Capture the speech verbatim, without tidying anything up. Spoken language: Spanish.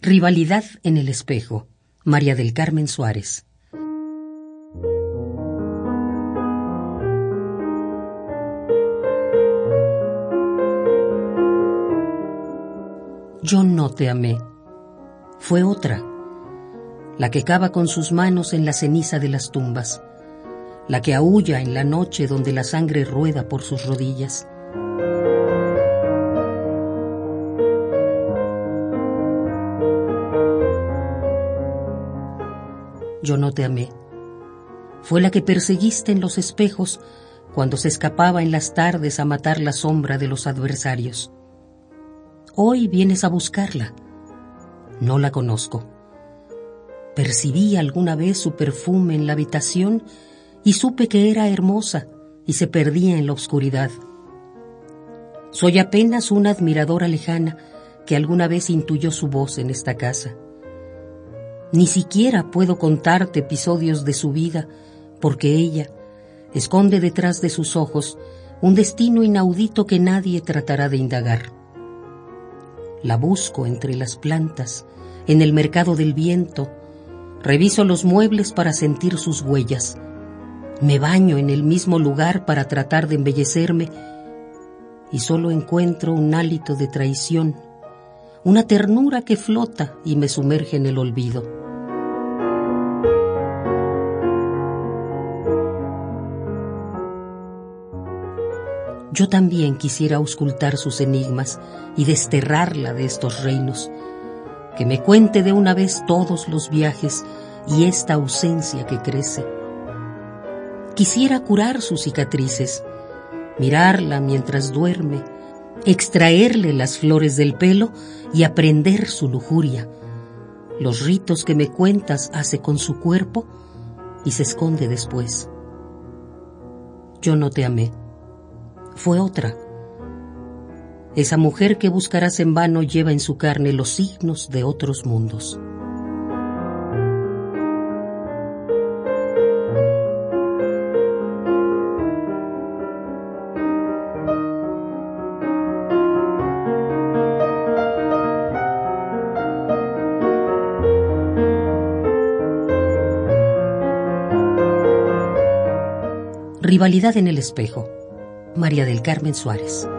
Rivalidad en el espejo. María del Carmen Suárez. Yo no te amé. Fue otra, la que cava con sus manos en la ceniza de las tumbas, la que aúlla en la noche donde la sangre rueda por sus rodillas. Yo no te amé. Fue la que perseguiste en los espejos cuando se escapaba en las tardes a matar la sombra de los adversarios. Hoy vienes a buscarla. No la conozco. Percibí alguna vez su perfume en la habitación y supe que era hermosa y se perdía en la oscuridad. Soy apenas una admiradora lejana que alguna vez intuyó su voz en esta casa. Ni siquiera puedo contarte episodios de su vida, porque ella esconde detrás de sus ojos un destino inaudito que nadie tratará de indagar. La busco entre las plantas, en el mercado del viento, reviso los muebles para sentir sus huellas, me baño en el mismo lugar para tratar de embellecerme y solo encuentro un hálito de traición, una ternura que flota y me sumerge en el olvido. Yo también quisiera auscultar sus enigmas y desterrarla de estos reinos, que me cuente de una vez todos los viajes y esta ausencia que crece. Quisiera curar sus cicatrices, mirarla mientras duerme, extraerle las flores del pelo y aprender su lujuria, los ritos que me cuentas hace con su cuerpo y se esconde después. Yo no te amé. Fue otra. Esa mujer que buscarás en vano lleva en su carne los signos de otros mundos. Rivalidad en el espejo. María del Carmen Suárez.